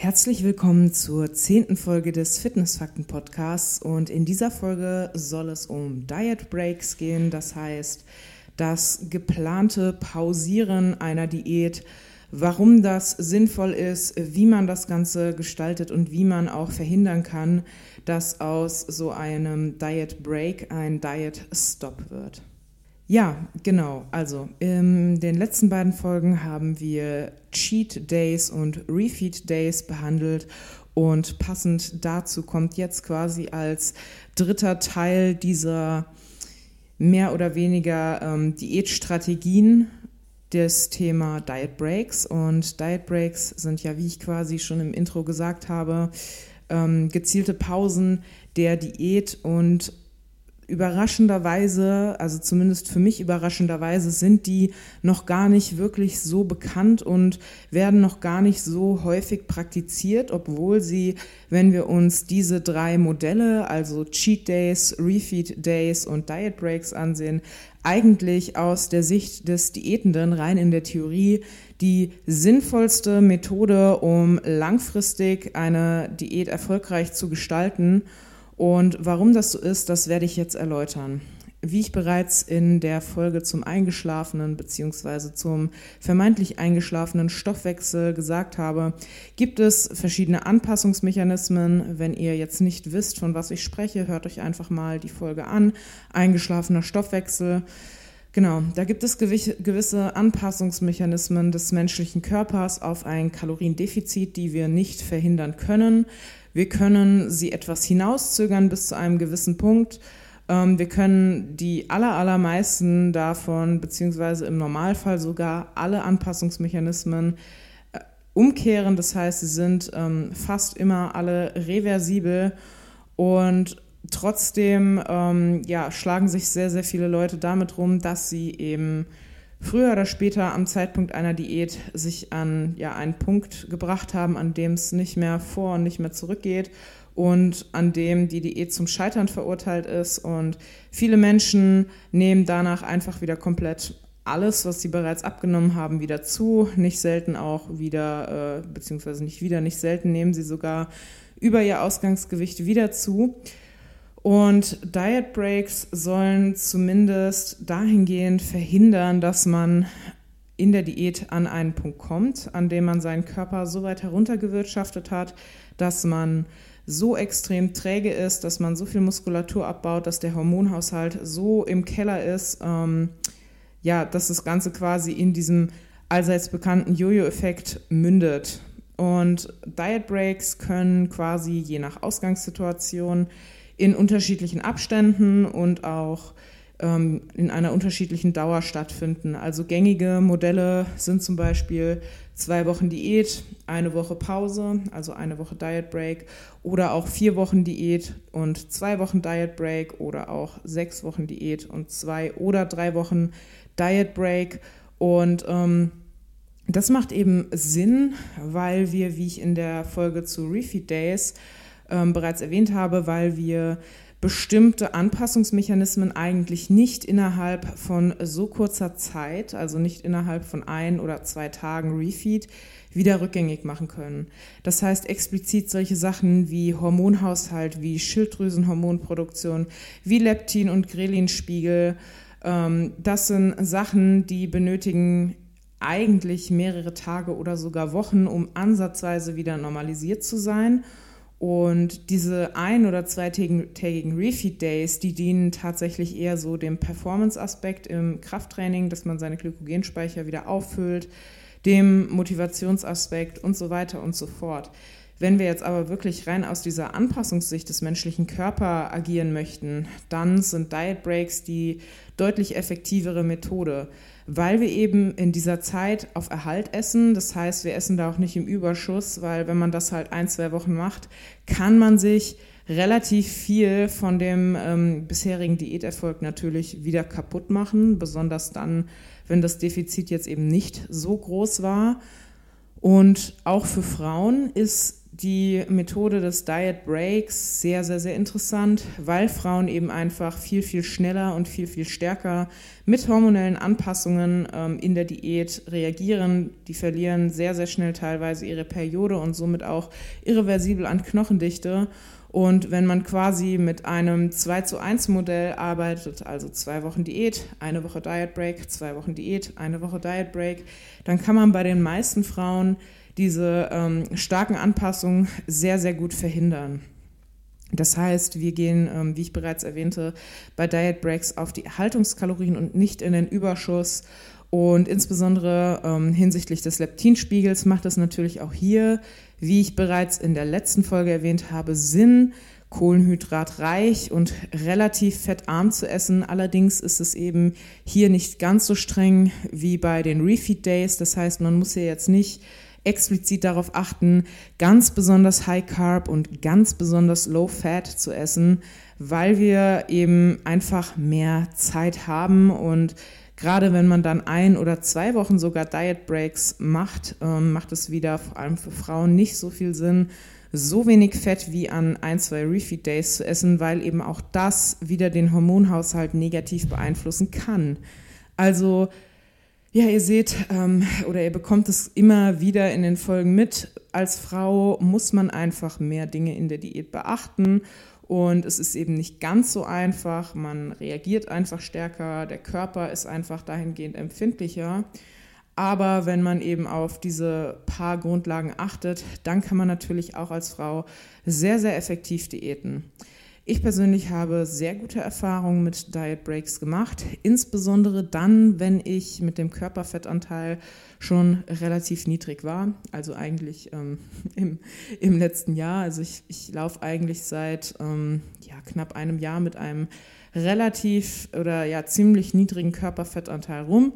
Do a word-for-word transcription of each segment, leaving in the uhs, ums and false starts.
Herzlich willkommen zur zehnten Folge des Fitnessfakten-Podcasts und in dieser Folge soll es um Diet Breaks gehen, das heißt das geplante Pausieren einer Diät, warum das sinnvoll ist, wie man das Ganze gestaltet und wie man auch verhindern kann, dass aus so einem Diet Break ein Diet Stop wird. Ja, genau. Also in den letzten beiden Folgen haben wir Cheat Days und Refeed Days behandelt und passend dazu kommt jetzt quasi als dritter Teil dieser mehr oder weniger ähm, Diätstrategien das Thema Diet Breaks. Und Diet Breaks sind ja, wie ich quasi schon im Intro gesagt habe, ähm, gezielte Pausen der Diät und überraschenderweise, also zumindest für mich überraschenderweise, sind die noch gar nicht wirklich so bekannt und werden noch gar nicht so häufig praktiziert, obwohl sie, wenn wir uns diese drei Modelle, also Cheat Days, Refeed Days und Diet Breaks ansehen, eigentlich aus der Sicht des Diätenden rein in der Theorie die sinnvollste Methode, um langfristig eine Diät erfolgreich zu gestalten. Und warum das so ist, das werde ich jetzt erläutern. Wie ich bereits in der Folge zum eingeschlafenen bzw. zum vermeintlich eingeschlafenen Stoffwechsel gesagt habe, gibt es verschiedene Anpassungsmechanismen. Wenn ihr jetzt nicht wisst, von was ich spreche, hört euch einfach mal die Folge an. Eingeschlafener Stoffwechsel. Genau, da gibt es gewisse Anpassungsmechanismen des menschlichen Körpers auf ein Kaloriendefizit, die wir nicht verhindern können. Wir können sie etwas hinauszögern bis zu einem gewissen Punkt. Wir können die aller, allermeisten davon, beziehungsweise im Normalfall sogar alle Anpassungsmechanismen umkehren. Das heißt, sie sind fast immer alle reversibel und trotzdem ähm, ja, schlagen sich sehr, sehr viele Leute damit rum, dass sie eben früher oder später am Zeitpunkt einer Diät sich an ja, einen Punkt gebracht haben, an dem es nicht mehr vor und nicht mehr zurückgeht und an dem die Diät zum Scheitern verurteilt ist. Und viele Menschen nehmen danach einfach wieder komplett alles, was sie bereits abgenommen haben, wieder zu. Nicht selten auch wieder, äh, beziehungsweise nicht wieder, nicht selten nehmen sie sogar über ihr Ausgangsgewicht wieder zu. Und Diet Breaks sollen zumindest dahingehend verhindern, dass man in der Diät an einen Punkt kommt, an dem man seinen Körper so weit heruntergewirtschaftet hat, dass man so extrem träge ist, dass man so viel Muskulatur abbaut, dass der Hormonhaushalt so im Keller ist, ähm, ja, dass das Ganze quasi in diesem allseits bekannten Jojo-Effekt mündet. Und Diet Breaks können quasi je nach Ausgangssituation in unterschiedlichen Abständen und auch ähm, in einer unterschiedlichen Dauer stattfinden. Also gängige Modelle sind zum Beispiel zwei Wochen Diät, eine Woche Pause, also eine Woche Diet Break oder auch vier Wochen Diät und zwei Wochen Diet Break oder auch sechs Wochen Diät und zwei oder drei Wochen Diet Break. Und ähm, das macht eben Sinn, weil wir, wie ich in der Folge zu Refeed Days Ähm, bereits erwähnt habe, weil wir bestimmte Anpassungsmechanismen eigentlich nicht innerhalb von so kurzer Zeit, also nicht innerhalb von ein oder zwei Tagen Refeed, wieder rückgängig machen können. Das heißt explizit solche Sachen wie Hormonhaushalt, wie Schilddrüsenhormonproduktion, wie Leptin- und Ghrelin-Spiegel. Ähm, das sind Sachen, die benötigen eigentlich mehrere Tage oder sogar Wochen, um ansatzweise wieder normalisiert zu sein. Und diese ein- oder zweitägigen Refeed Days, die dienen tatsächlich eher so dem Performance-Aspekt im Krafttraining, dass man seine Glykogenspeicher wieder auffüllt, dem Motivationsaspekt und so weiter und so fort. Wenn wir jetzt aber wirklich rein aus dieser Anpassungssicht des menschlichen Körpers agieren möchten, dann sind Diet Breaks die deutlich effektivere Methode, weil wir eben in dieser Zeit auf Erhalt essen. Das heißt, wir essen da auch nicht im Überschuss, weil wenn man das halt ein, zwei Wochen macht, kann man sich relativ viel von dem ähm, bisherigen Diäterfolg natürlich wieder kaputt machen, besonders dann, wenn das Defizit jetzt eben nicht so groß war. Und auch für Frauen ist die Methode des Diet Breaks sehr, sehr, sehr interessant, weil Frauen eben einfach viel, viel schneller und viel, viel stärker mit hormonellen Anpassungen ähm, in der Diät reagieren. Die verlieren sehr, sehr schnell teilweise ihre Periode und somit auch irreversibel an Knochendichte. Und wenn man quasi mit einem zwei zu eins Modell arbeitet, also zwei Wochen Diät, eine Woche Diet Break, zwei Wochen Diät, eine Woche Diet Break, dann kann man bei den meisten Frauen diese ähm, starken Anpassungen sehr, sehr gut verhindern. Das heißt, wir gehen, ähm, wie ich bereits erwähnte, bei Diet Breaks auf die Erhaltungskalorien und nicht in den Überschuss. Und insbesondere ähm, hinsichtlich des Leptinspiegels macht es natürlich auch hier, wie ich bereits in der letzten Folge erwähnt habe, Sinn, kohlenhydratreich und relativ fettarm zu essen. Allerdings ist es eben hier nicht ganz so streng wie bei den Refeed Days. Das heißt, man muss hier jetzt nicht explizit darauf achten, ganz besonders High Carb und ganz besonders Low Fat zu essen, weil wir eben einfach mehr Zeit haben. Und gerade wenn man dann ein oder zwei Wochen sogar Diet Breaks macht, ähm, macht es wieder vor allem für Frauen nicht so viel Sinn, so wenig Fett wie an ein, zwei Refeed Days zu essen, weil eben auch das wieder den Hormonhaushalt negativ beeinflussen kann. Also ja, ihr seht ähm, oder ihr bekommt es immer wieder in den Folgen mit. Als Frau muss man einfach mehr Dinge in der Diät beachten und es ist eben nicht ganz so einfach. Man reagiert einfach stärker, der Körper ist einfach dahingehend empfindlicher. Aber wenn man eben auf diese paar Grundlagen achtet, dann kann man natürlich auch als Frau sehr, sehr effektiv diäten. Ich persönlich habe sehr gute Erfahrungen mit Diet Breaks gemacht, insbesondere dann, wenn ich mit dem Körperfettanteil schon relativ niedrig war, also eigentlich ähm, im, im letzten Jahr. Also ich, ich laufe eigentlich seit ähm, ja, knapp einem Jahr mit einem relativ oder ja ziemlich niedrigen Körperfettanteil rum.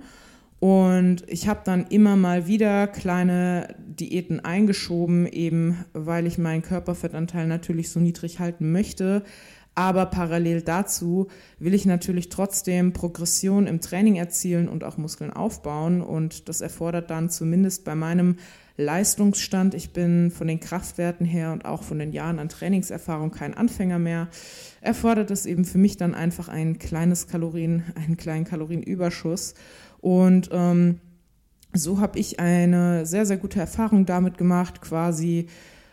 Und ich habe dann immer mal wieder kleine Diäten eingeschoben, eben weil ich meinen Körperfettanteil natürlich so niedrig halten möchte. Aber parallel dazu will ich natürlich trotzdem Progression im Training erzielen und auch Muskeln aufbauen. Und das erfordert dann zumindest bei meinem Leistungsstand, ich bin von den Kraftwerten her und auch von den Jahren an Trainingserfahrung kein Anfänger mehr, erfordert es eben für mich dann einfach ein kleines Kalorien, einen kleinen Kalorienüberschuss. Und ähm, so habe ich eine sehr, sehr gute Erfahrung damit gemacht, quasi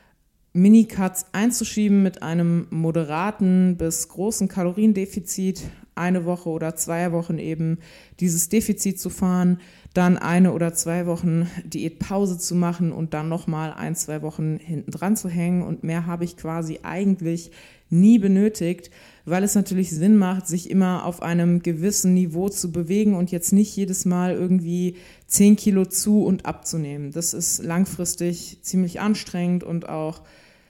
Minicuts einzuschieben mit einem moderaten bis großen Kaloriendefizit, eine Woche oder zwei Wochen eben dieses Defizit zu fahren, dann eine oder zwei Wochen Diätpause zu machen und dann nochmal ein, zwei Wochen hinten dran zu hängen. Und mehr habe ich quasi eigentlich nie benötigt, weil es natürlich Sinn macht, sich immer auf einem gewissen Niveau zu bewegen und jetzt nicht jedes Mal irgendwie zehn Kilo zu- und abzunehmen. Das ist langfristig ziemlich anstrengend und auch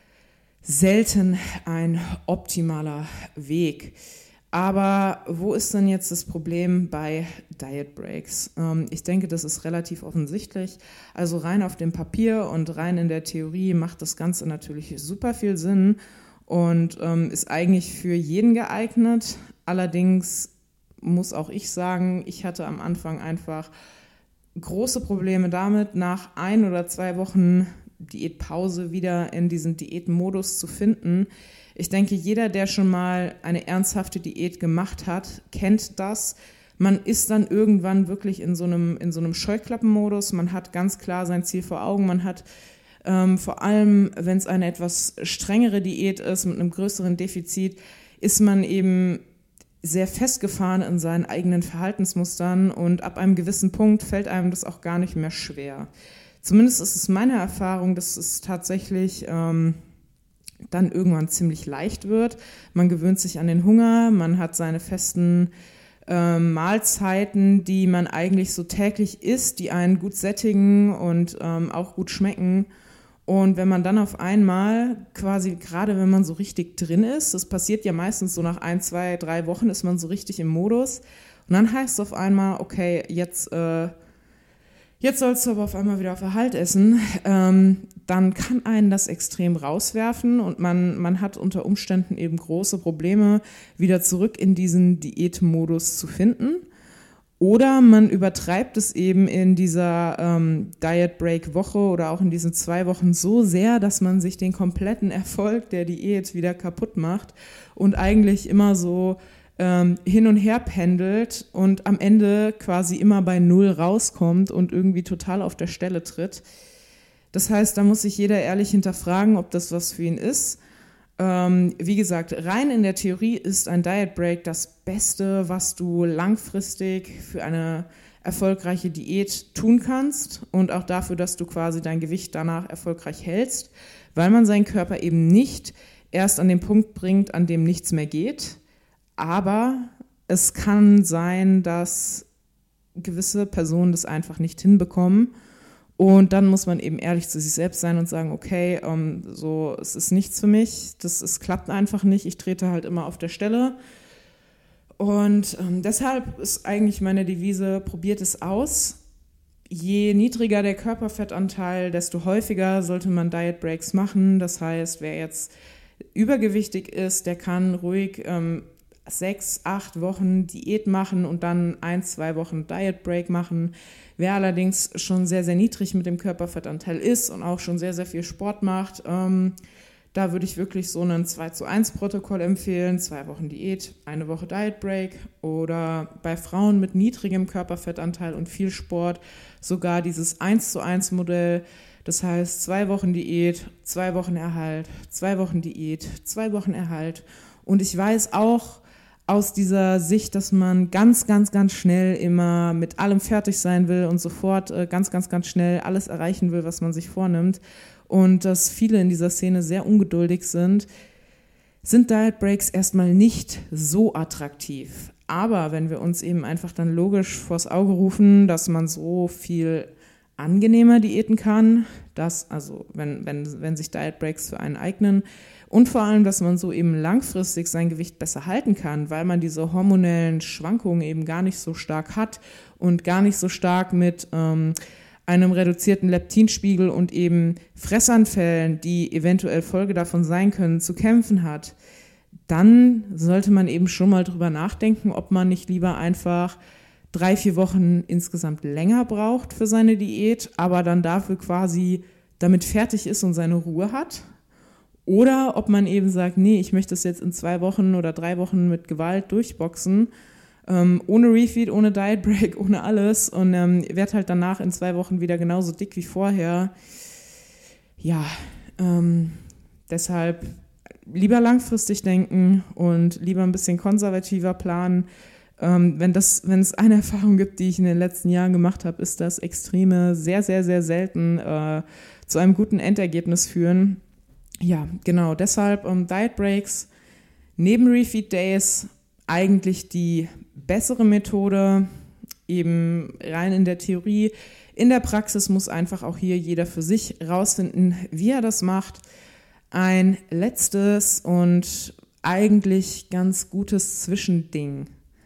selten ein optimaler Weg. Aber wo ist denn jetzt das Problem bei Diet Breaks? Ähm, ich denke, das ist relativ offensichtlich. Also rein auf dem Papier und rein in der Theorie macht das Ganze natürlich super viel Sinn und ähm, ist eigentlich für jeden geeignet. Allerdings muss auch ich sagen, ich hatte am Anfang einfach große Probleme damit, nach ein oder zwei Wochen Diätpause wieder in diesen Diätmodus zu finden. Ich denke, jeder, der schon mal eine ernsthafte Diät gemacht hat, kennt das. Man ist dann irgendwann wirklich in so einem, in so einem Scheuklappenmodus. Man hat ganz klar sein Ziel vor Augen. Man hat ähm, vor allem, wenn es eine etwas strengere Diät ist, mit einem größeren Defizit, ist man eben sehr festgefahren in seinen eigenen Verhaltensmustern und ab einem gewissen Punkt fällt einem das auch gar nicht mehr schwer. Zumindest ist es meine Erfahrung, dass es tatsächlich ähm, dann irgendwann ziemlich leicht wird. Man gewöhnt sich an den Hunger, man hat seine festen äh, Mahlzeiten, die man eigentlich so täglich isst, die einen gut sättigen und ähm, auch gut schmecken. Und wenn man dann auf einmal quasi, gerade wenn man so richtig drin ist, das passiert ja meistens so nach ein, zwei, drei Wochen, ist man so richtig im Modus. Und dann heißt es auf einmal, okay, jetzt... Äh, Jetzt sollst du aber auf einmal wieder auf Erhalt essen, ähm, dann kann einen das extrem rauswerfen und man, man hat unter Umständen eben große Probleme, wieder zurück in diesen Diätmodus zu finden. Oder man übertreibt es eben in dieser ähm, Diet Break Woche oder auch in diesen zwei Wochen so sehr, dass man sich den kompletten Erfolg der Diät wieder kaputt macht und eigentlich immer so ähm, hin und her pendelt und am Ende quasi immer bei Null rauskommt und irgendwie total auf der Stelle tritt. Das heißt, da muss sich jeder ehrlich hinterfragen, ob das was für ihn ist. Ähm, wie gesagt, rein in der Theorie ist ein Diet Break das Beste, was du langfristig für eine erfolgreiche Diät tun kannst und auch dafür, dass du quasi dein Gewicht danach erfolgreich hältst, weil man seinen Körper eben nicht erst an den Punkt bringt, an dem nichts mehr geht. Aber es kann sein, dass gewisse Personen das einfach nicht hinbekommen. Und dann muss man eben ehrlich zu sich selbst sein und sagen, okay, ähm, so, es ist nichts für mich, das es klappt einfach nicht, ich trete halt immer auf der Stelle. Und ähm, deshalb ist eigentlich meine Devise, probiert es aus. Je niedriger der Körperfettanteil, desto häufiger sollte man Diet Breaks machen. Das heißt, wer jetzt übergewichtig ist, der kann ruhig ähm, sechs, acht Wochen Diät machen und dann ein, zwei Wochen Diet Break machen. Wer allerdings schon sehr, sehr niedrig mit dem Körperfettanteil ist und auch schon sehr, sehr viel Sport macht, ähm, da würde ich wirklich so ein zwei zu eins Protokoll empfehlen. Zwei Wochen Diät, eine Woche Diet Break oder bei Frauen mit niedrigem Körperfettanteil und viel Sport sogar dieses eins zu eins Modell. Das heißt, zwei Wochen Diät, zwei Wochen Erhalt, zwei Wochen Diät, zwei Wochen Erhalt. Und ich weiß auch, aus dieser Sicht, dass man ganz, ganz, ganz schnell immer mit allem fertig sein will und sofort äh, ganz, ganz, ganz schnell alles erreichen will, was man sich vornimmt und dass viele in dieser Szene sehr ungeduldig sind, sind Diet Breaks erstmal nicht so attraktiv. Aber wenn wir uns eben einfach dann logisch vors Auge rufen, dass man so viel angenehmer diäten kann, dass, also wenn, wenn, wenn sich Diet Breaks für einen eignen, und vor allem, dass man so eben langfristig sein Gewicht besser halten kann, weil man diese hormonellen Schwankungen eben gar nicht so stark hat und gar nicht so stark mit ähm, einem reduzierten Leptinspiegel und eben Fressanfällen, die eventuell Folge davon sein können, zu kämpfen hat, dann sollte man eben schon mal drüber nachdenken, ob man nicht lieber einfach drei, vier Wochen insgesamt länger braucht für seine Diät, aber dann dafür quasi damit fertig ist und seine Ruhe hat. Oder ob man eben sagt, nee, ich möchte das jetzt in zwei Wochen oder drei Wochen mit Gewalt durchboxen, ähm, ohne Refeed, ohne Diet Break, ohne alles und ähm, werde halt danach in zwei Wochen wieder genauso dick wie vorher. Ja, ähm, deshalb lieber langfristig denken und lieber ein bisschen konservativer planen. Ähm, wenn das, wenn es eine Erfahrung gibt, die ich in den letzten Jahren gemacht habe, ist, dass Extreme sehr, sehr, sehr selten äh, zu einem guten Endergebnis führen. Ja, genau, deshalb ähm, Diet Breaks neben Refeed Days eigentlich die bessere Methode, eben rein in der Theorie. In der Praxis muss einfach auch hier jeder für sich rausfinden, wie er das macht. Ein letztes und eigentlich ganz gutes Zwischending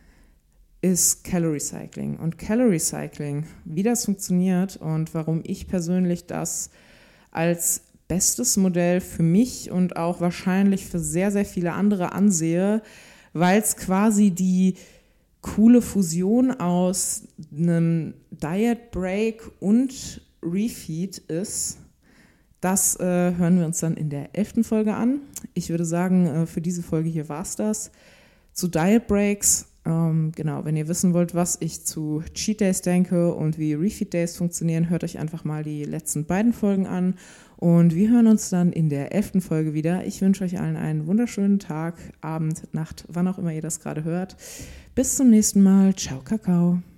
ist Calorie Cycling. Und Calorie Cycling, wie das funktioniert und warum ich persönlich das als bestes Modell für mich und auch wahrscheinlich für sehr, sehr viele andere ansehe, weil es quasi die coole Fusion aus einem Diet Break und Refeed ist. Das äh, hören wir uns dann in der elften Folge an. Ich würde sagen, äh, für diese Folge hier war es das. Zu Diet Breaks, ähm, genau, wenn ihr wissen wollt, was ich zu Cheat Days denke und wie Refeed Days funktionieren, hört euch einfach mal die letzten beiden Folgen an. Und wir hören uns dann in der elften Folge wieder. Ich wünsche euch allen einen wunderschönen Tag, Abend, Nacht, wann auch immer ihr das gerade hört. Bis zum nächsten Mal. Ciao, Kakao.